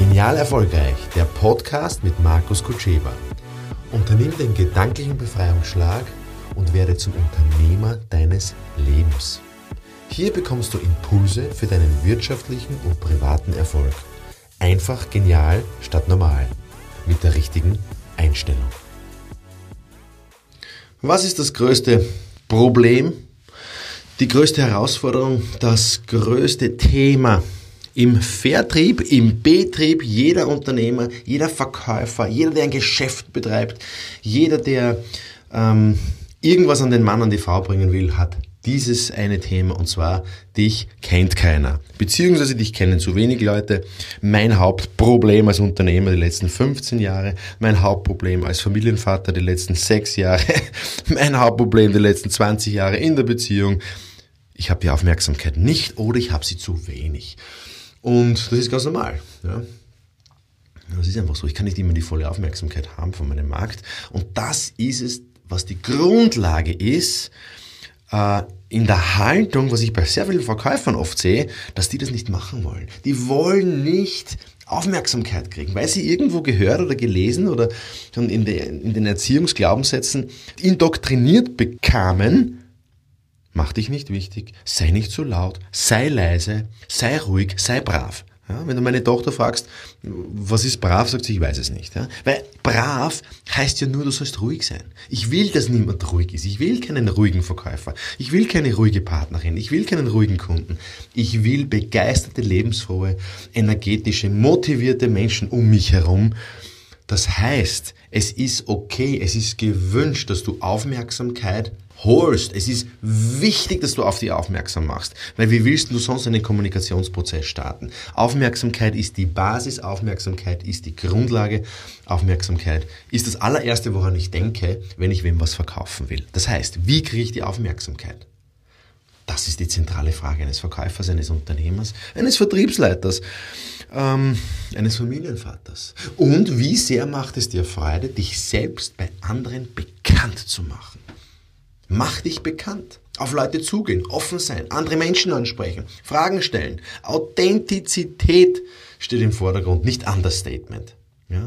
Genial erfolgreich, der Podcast mit Markus Kutscheba. Unternimm den gedanklichen Befreiungsschlag und werde zum Unternehmer deines Lebens. Hier bekommst du Impulse für deinen wirtschaftlichen und privaten Erfolg. Einfach genial statt normal. Mit der richtigen Einstellung. Was ist das größte Problem? Die größte Herausforderung, das größte Thema im Vertrieb, im Betrieb, jeder Unternehmer, jeder Verkäufer, jeder, der ein Geschäft betreibt, jeder, der irgendwas an den Mann, an die Frau bringen will, hat dieses eine Thema, und zwar: dich kennt keiner. Beziehungsweise dich kennen zu wenig Leute. Mein Hauptproblem als Unternehmer die letzten 15 Jahre, mein Hauptproblem als Familienvater die letzten 6 Jahre, mein Hauptproblem die letzten 20 Jahre in der Beziehung: ich habe die Aufmerksamkeit nicht oder ich habe sie zu wenig. Und das ist ganz normal. Ja. Das ist einfach so. Ich kann nicht immer die volle Aufmerksamkeit haben von meinem Markt. Und das ist es, was die Grundlage ist, in der Haltung, was ich bei sehr vielen Verkäufern oft sehe, dass die das nicht machen wollen. Die wollen nicht Aufmerksamkeit kriegen, weil sie irgendwo gehört oder gelesen oder schon in den Erziehungsglaubenssätzen indoktriniert bekamen: mach dich nicht wichtig, sei nicht zu laut, sei leise, sei ruhig, sei brav. Ja, wenn du meine Tochter fragst, was ist brav, sagt sie, ich weiß es nicht. Ja? Weil brav heißt ja nur, du sollst ruhig sein. Ich will, dass niemand ruhig ist. Ich will keinen ruhigen Verkäufer. Ich will keine ruhige Partnerin. Ich will keinen ruhigen Kunden. Ich will begeisterte, lebensfrohe, energetische, motivierte Menschen um mich herum. Das heißt, es ist okay, es ist gewünscht, dass du Aufmerksamkeit holst. Es ist wichtig, dass du auf die aufmerksam machst, weil wie willst du sonst einen Kommunikationsprozess starten? Aufmerksamkeit ist die Basis, Aufmerksamkeit ist die Grundlage, Aufmerksamkeit ist das allererste, woran ich denke, wenn ich wem was verkaufen will. Das heißt, wie kriege ich die Aufmerksamkeit? Das ist die zentrale Frage eines Verkäufers, eines Unternehmers, eines Vertriebsleiters, eines Familienvaters. Und wie sehr macht es dir Freude, dich selbst bei anderen bekannt zu machen? Mach dich bekannt. Auf Leute zugehen, offen sein, andere Menschen ansprechen, Fragen stellen. Authentizität steht im Vordergrund, nicht Understatement. Ja?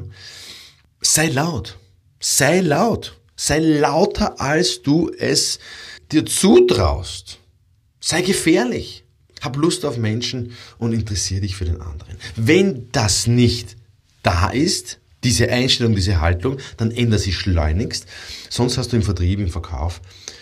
Sei laut. Sei laut. Sei lauter, als du es dir zutraust. Sei gefährlich. Hab Lust auf Menschen und interessiere dich für den anderen. Wenn das nicht da ist, diese Einstellung, diese Haltung, dann ändere sie schleunigst. Sonst hast du im Vertrieb, im Verkauf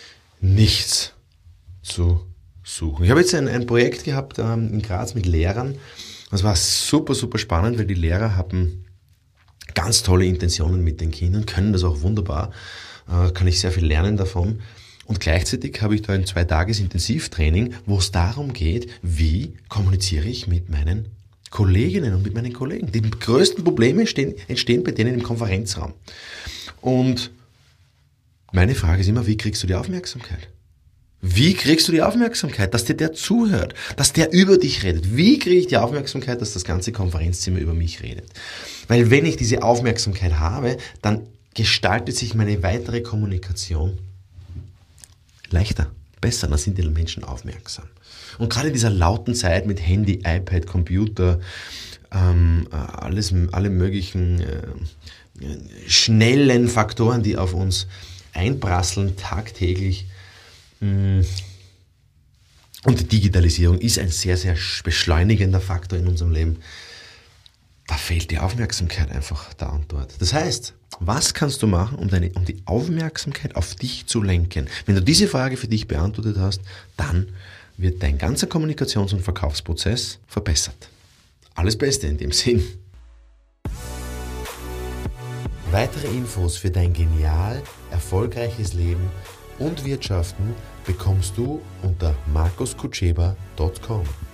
nichts zu suchen. Ich habe jetzt ein Projekt gehabt in Graz mit Lehrern. Das war super, super spannend, weil die Lehrer haben ganz tolle Intentionen mit den Kindern, können das auch wunderbar, kann ich sehr viel lernen davon. Und gleichzeitig habe ich da ein 2-Tages-Intensivtraining, wo es darum geht, wie kommuniziere ich mit meinen Kolleginnen und mit meinen Kollegen. Die größten Probleme entstehen bei denen im Konferenzraum. Und meine Frage ist immer, wie kriegst du die Aufmerksamkeit? Wie kriegst du die Aufmerksamkeit, dass dir der zuhört, dass der über dich redet? Wie kriege ich die Aufmerksamkeit, dass das ganze Konferenzzimmer über mich redet? Weil wenn ich diese Aufmerksamkeit habe, dann gestaltet sich meine weitere Kommunikation leichter, besser, dann sind die Menschen aufmerksam. Und gerade in dieser lauten Zeit mit Handy, iPad, Computer, alle möglichen schnellen Faktoren, die auf uns einprasseln tagtäglich. Und die Digitalisierung ist ein sehr, sehr beschleunigender Faktor in unserem Leben. Da fehlt die Aufmerksamkeit einfach da und dort. Das heißt, was kannst du machen, um die Aufmerksamkeit auf dich zu lenken? Wenn du diese Frage für dich beantwortet hast, dann wird dein ganzer Kommunikations- und Verkaufsprozess verbessert. Alles Beste in dem Sinn. Weitere Infos für dein genial erfolgreiches Leben und Wirtschaften bekommst du unter markuskutscheba.com.